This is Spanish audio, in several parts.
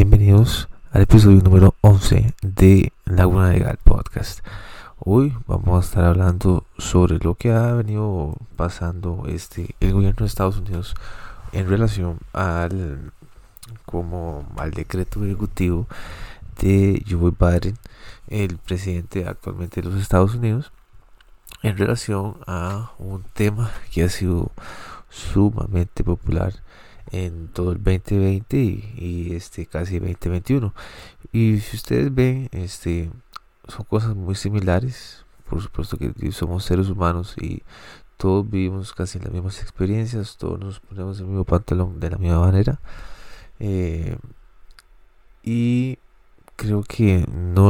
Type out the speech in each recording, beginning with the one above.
bienvenidos al episodio número 11 de Laguna Legal Podcast. Hoy vamos a estar hablando sobre lo que ha venido pasando el gobierno de Estados Unidos en relación al decreto ejecutivo de Joe Biden, el presidente actualmente de los Estados Unidos, en relación a un tema que ha sido sumamente popular en todo el 2020 y casi 2021. Y si ustedes ven, son cosas muy similares. Por supuesto que somos seres humanos y todos vivimos casi las mismas experiencias, todos nos ponemos el mismo pantalón de la misma manera, y creo que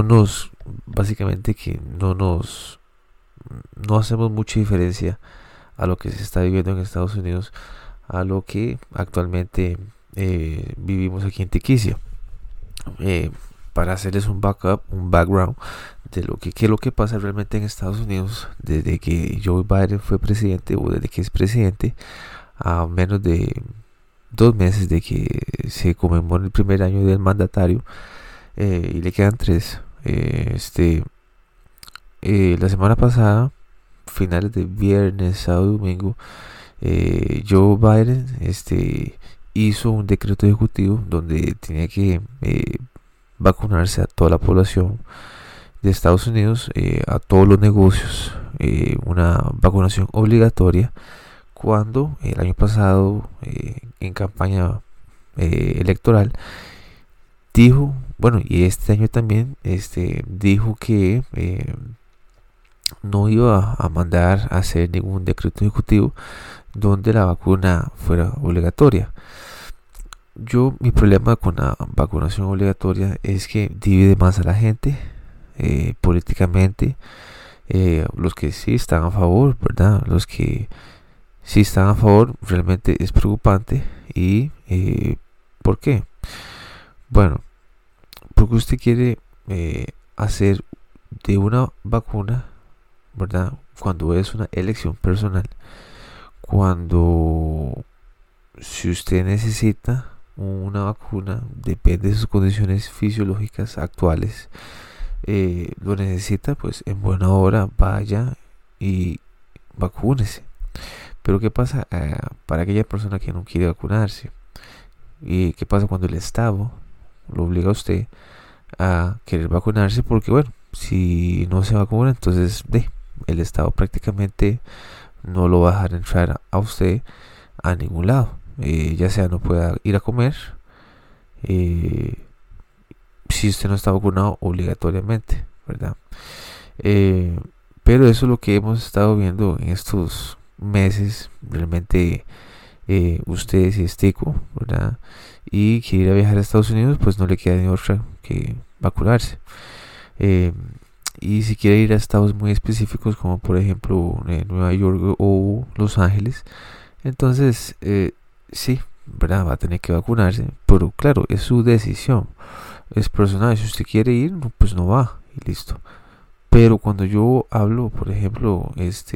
no hacemos mucha diferencia a lo que se está viviendo en Estados Unidos a lo que actualmente vivimos aquí en Tiquicia. Para hacerles un background de qué es lo que pasa realmente en Estados Unidos desde que Joe Biden fue presidente, o desde que es presidente, a menos de 2 meses de que se conmemora el primer año del mandatario, y le quedan 3. La semana pasada, finales de viernes, sábado y domingo, Joe Biden hizo un decreto ejecutivo donde tenía que vacunarse a toda la población de Estados Unidos, a todos los negocios, una vacunación obligatoria, cuando el año pasado, en campaña electoral, dijo, y este año también, dijo que no iba a mandar a hacer ningún decreto ejecutivo donde la vacuna fuera obligatoria. Mi problema con la vacunación obligatoria es que divide más a la gente políticamente. Los que sí están a favor, ¿verdad? Los que sí están a favor, realmente es preocupante. ¿Y por qué? Bueno, porque usted quiere hacer de una vacuna, ¿verdad? Cuando es una elección personal, si usted necesita una vacuna, depende de sus condiciones fisiológicas actuales, lo necesita, pues en buena hora vaya y vacúnese. Pero ¿qué pasa para aquella persona que no quiere vacunarse? ¿Y qué pasa cuando el Estado lo obliga a usted a querer vacunarse? Porque si no se vacuna, entonces el Estado prácticamente no lo va a dejar entrar a usted a ningún lado, ya sea no pueda ir a comer, si usted no está vacunado obligatoriamente, ¿verdad? Pero eso es lo que hemos estado viendo en estos meses. Realmente, usted, si es tico, ¿verdad?, y quiere ir a viajar a Estados Unidos, pues no le queda ni otra que vacunarse. Y si quiere ir a estados muy específicos, como por ejemplo Nueva York o Los Ángeles, entonces sí, ¿verdad?, va a tener que vacunarse. Pero claro, es su decisión, es personal. Si usted quiere ir, pues no va y listo. Pero cuando yo hablo, por ejemplo,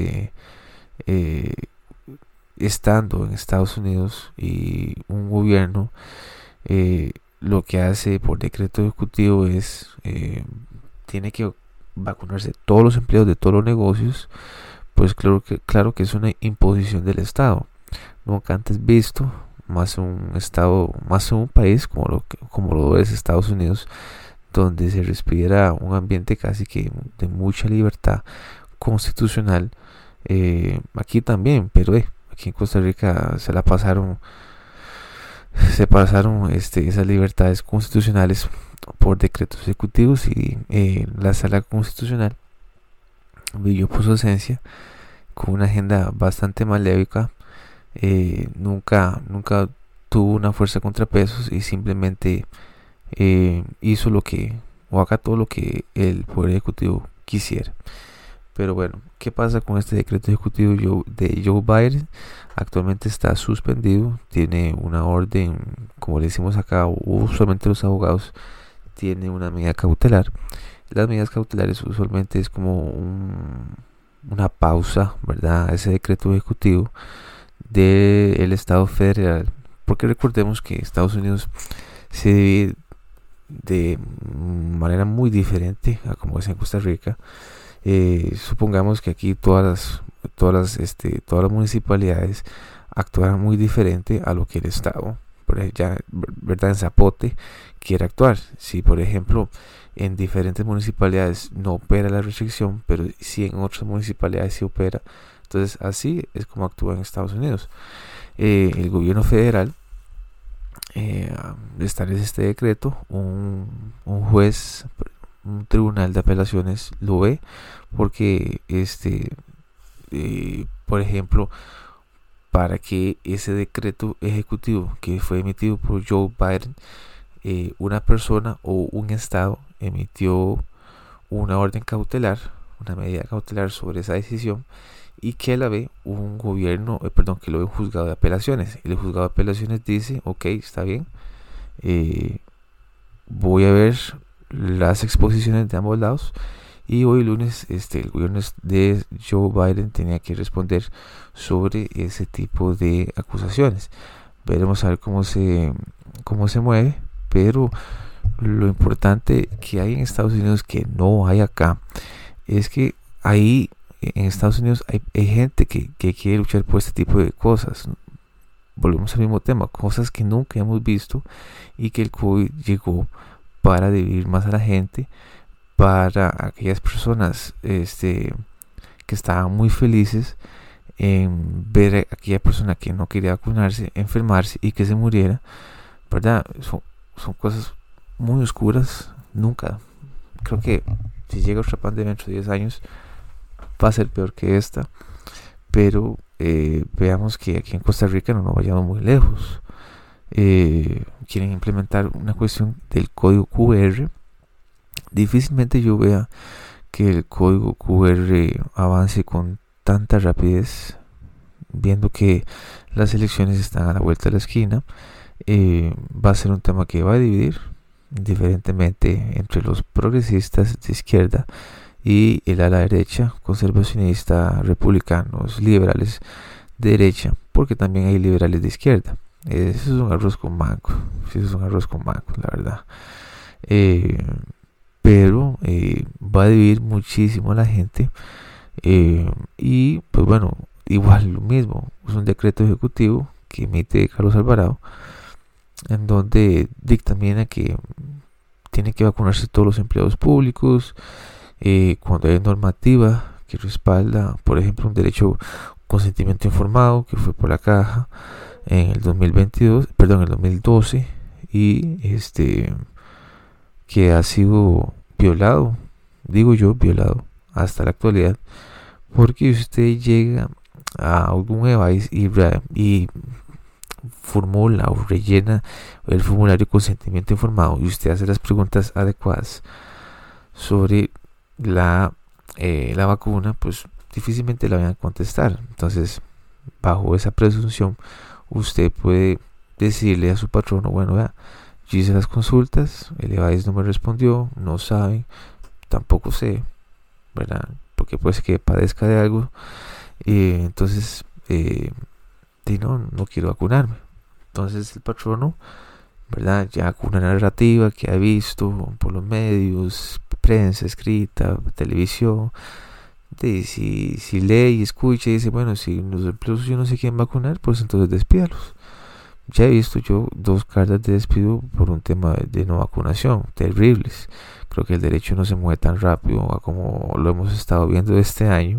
estando en Estados Unidos y un gobierno lo que hace por decreto ejecutivo es tiene que vacunarse todos los empleados de todos los negocios, pues claro que es una imposición del Estado nunca antes visto, más un país como lo es Estados Unidos, donde se respira un ambiente casi que de mucha libertad constitucional. Aquí también, pero aquí en Costa Rica se pasaron esas libertades constitucionales por decretos ejecutivos, y la sala constitucional brilló por su ausencia con una agenda bastante maléfica. Nunca tuvo una fuerza contrapesos y simplemente hizo acató lo que el poder ejecutivo quisiera. Pero ¿qué pasa con este decreto ejecutivo de Joe Biden? Actualmente está suspendido, tiene una orden, como le decimos acá, usualmente los abogados, tiene una medida cautelar. Las medidas cautelares usualmente es como una pausa, ¿verdad?, a ese decreto ejecutivo del Estado federal, porque recordemos que Estados Unidos se divide de manera muy diferente a como es en Costa Rica. Supongamos que aquí todas las municipalidades actuaran muy diferente a lo que el Estado, por ejemplo, ya, verdad, en Zapote quiere actuar. Si por ejemplo en diferentes municipalidades no opera la restricción, pero si en otras municipalidades sí opera, entonces así es como actúa en Estados Unidos. El gobierno federal establece este decreto, un juez, un tribunal de apelaciones lo ve, porque por ejemplo, para que ese decreto ejecutivo que fue emitido por Joe Biden, una persona o un estado emitió una orden cautelar, una medida cautelar sobre esa decisión, y que la ve un gobierno, que lo ve un juzgado de apelaciones. Y el juzgado de apelaciones dice, ok, está bien, voy a ver las exposiciones de ambos lados, y hoy lunes el gobierno de Joe Biden tenía que responder sobre ese tipo de acusaciones. Veremos a ver cómo se mueve, pero lo importante que hay en Estados Unidos que no hay acá es que ahí en Estados Unidos hay gente que quiere luchar por este tipo de cosas. Volvemos al mismo tema, cosas que nunca hemos visto, y que el COVID llegó para dividir más a la gente, para aquellas personas que estaban muy felices en ver a aquella persona que no quería vacunarse, enfermarse y que se muriera, ¿verdad? Son cosas muy oscuras. Nunca, creo que si llega otra pandemia dentro de 10 años va a ser peor que esta, pero veamos que aquí en Costa Rica no nos vayamos muy lejos. Quieren implementar una cuestión del código QR. Difícilmente yo vea que el código QR avance con tanta rapidez, viendo que las elecciones están a la vuelta de la esquina. Va a ser un tema que va a dividir diferentemente entre los progresistas de izquierda y el ala derecha, conservacionista, republicanos, liberales de derecha, porque también hay liberales de izquierda. Eso es un arroz con mango, la verdad. Pero va a dividir muchísimo a la gente, y pues bueno, igual lo mismo, es un decreto ejecutivo que emite Carlos Alvarado, en donde dictamina que tienen que vacunarse todos los empleados públicos, cuando hay normativa que respalda, por ejemplo, un derecho consentimiento informado, que fue por la caja en el 2012, y que ha sido violado, digo yo, violado hasta la actualidad, porque usted llega a algún device y formula o rellena el formulario de consentimiento informado, y usted hace las preguntas adecuadas sobre la vacuna, pues difícilmente la van a contestar. Entonces, bajo esa presunción, usted puede decirle a su patrono, bueno, vea, yo hice las consultas, el device no me respondió, no sabe, tampoco sé, ¿verdad? Porque puede ser que padezca de algo, entonces no quiero vacunarme. Entonces el patrono, ¿verdad? Ya con una narrativa que ha visto por los medios, prensa escrita, televisión, si lee y escucha y dice, bueno, si los empleados yo no se quieren vacunar, pues entonces despídalos. Ya he visto yo 2 cartas de despido por un tema de no vacunación, terribles. Creo que el derecho no se mueve tan rápido a como lo hemos estado viendo este año.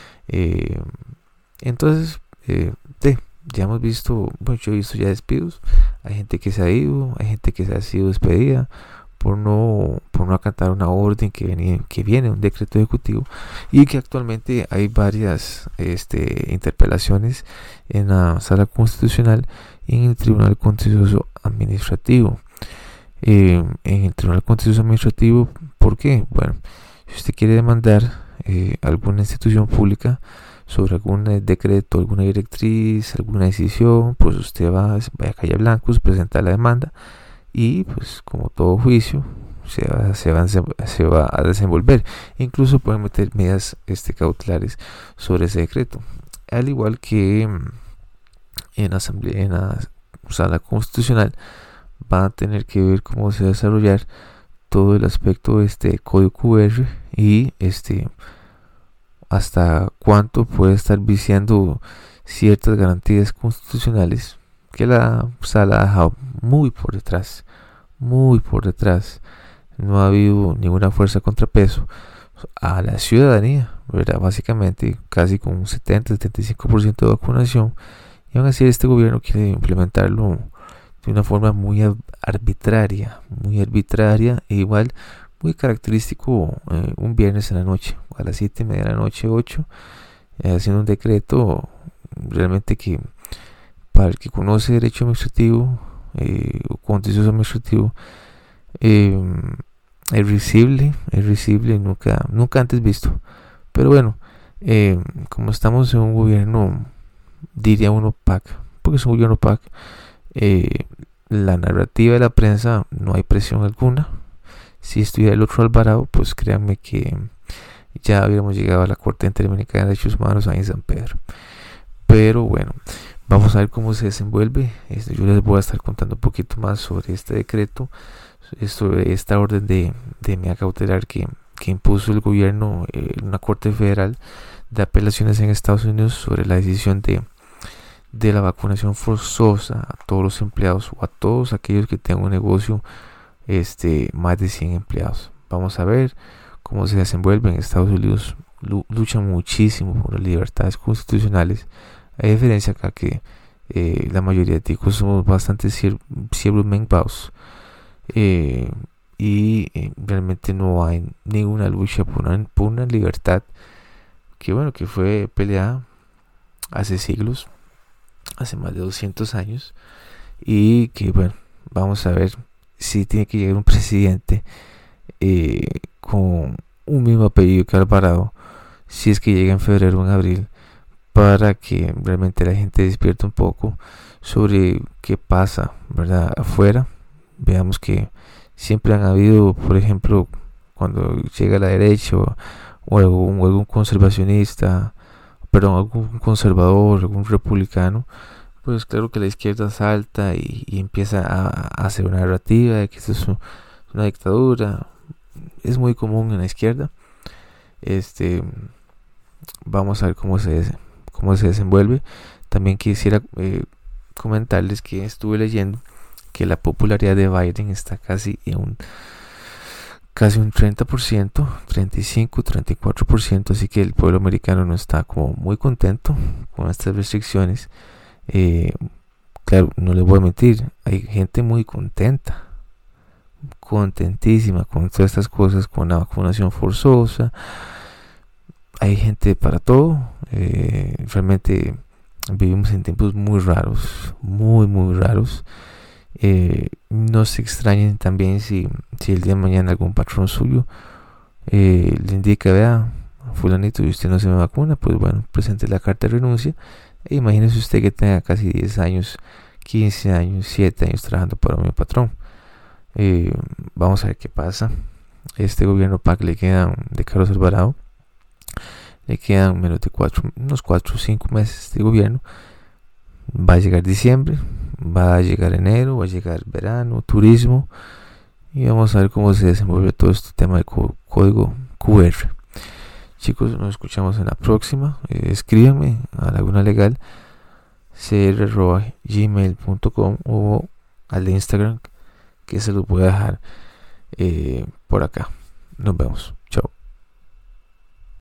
Entonces, ya hemos visto, bueno, yo he visto ya despidos. Hay gente que se ha ido, hay gente que se ha sido despedida por no acatar una orden que viene un decreto ejecutivo, y que actualmente hay varias interpelaciones en la Sala Constitucional y en el Tribunal Contencioso Administrativo. En el Tribunal Contencioso Administrativo, ¿por qué? Bueno, si usted quiere demandar alguna institución pública sobre algún decreto, alguna directriz, alguna decisión, pues usted va a Calle Blancos, presenta la demanda, y pues como todo juicio se va a desenvolver. Incluso pueden meter medidas cautelares sobre ese decreto, al igual que en la Sala Constitucional van a tener que ver cómo se va a desarrollar todo el aspecto código QR y hasta cuánto puede estar viciando ciertas garantías constitucionales que la sala ha dejado muy por detrás, muy por detrás. No ha habido ninguna fuerza contrapeso a la ciudadanía, ¿verdad? Básicamente casi con un 70-75% de vacunación, y aún así este gobierno quiere implementarlo de una forma muy arbitraria e igual muy característico, un viernes en la noche, a las 7:30 de la noche, 8, haciendo un decreto realmente que para el que conoce derecho administrativo o contencioso administrativo, es risible, nunca antes visto. Pero bueno, como estamos en un gobierno, diría uno opaco, porque es un gobierno opaco, la narrativa de la prensa no hay presión alguna. Si estuviera el otro Alvarado, pues créanme que ya habríamos llegado a la Corte Interamericana de Derechos Humanos ahí en San Pedro. Pero bueno, vamos a ver cómo se desenvuelve. Yo les voy a estar contando un poquito más sobre este decreto, sobre esta orden de medida cautelar que impuso el gobierno en una corte federal de apelaciones en Estados Unidos sobre la decisión de la vacunación forzosa a todos los empleados o a todos aquellos que tengan un negocio más de 100 empleados. Vamos a ver cómo se desenvuelve. En Estados Unidos luchan muchísimo por las libertades constitucionales, a diferencia acá que la mayoría de ticos somos bastante siervos menpaos, y realmente no hay ninguna lucha por una libertad que bueno, que fue peleada hace siglos, hace más de 200 años, y que bueno, vamos a ver si tiene que llegar un presidente con un mismo apellido que Alvarado, si es que llega en febrero o en abril, para que realmente la gente despierte un poco sobre qué pasa, ¿verdad?, afuera. Veamos que siempre han habido, por ejemplo, cuando llega la derecha o algún conservacionista, perdón, algún conservador, algún republicano, pues claro que la izquierda salta y empieza a hacer una narrativa de que esto es una dictadura. Es muy común en la izquierda. Vamos a ver cómo se desenvuelve. También quisiera comentarles que estuve leyendo que la popularidad de Biden está casi un 30%, 35-34%, así que el pueblo americano no está como muy contento con estas restricciones. Claro, no les voy a mentir, hay gente muy contentísima con todas estas cosas, con la vacunación forzosa. Hay gente para todo. Realmente vivimos en tiempos muy raros, muy raros. No se extrañen también si el día de mañana algún patrón suyo le indica: vea, fulanito, y usted no se me vacuna, pues bueno, presente la carta de renuncia. E imagínese usted que tenga casi 10 años, 15 años, 7 años trabajando para mi patrón. Vamos a ver qué pasa. Este gobierno PAC le quedan, de Carlos Alvarado, le quedan menos de unos 4 o 5 meses de gobierno. Va a llegar diciembre, va a llegar enero, va a llegar verano, turismo, y vamos a ver cómo se desenvuelve todo este tema de código QR. Chicos, nos escuchamos en la próxima. Escríbanme a Laguna Legal cr@gmail.com o al de Instagram, que se los voy a dejar por acá. Nos vemos. Chao.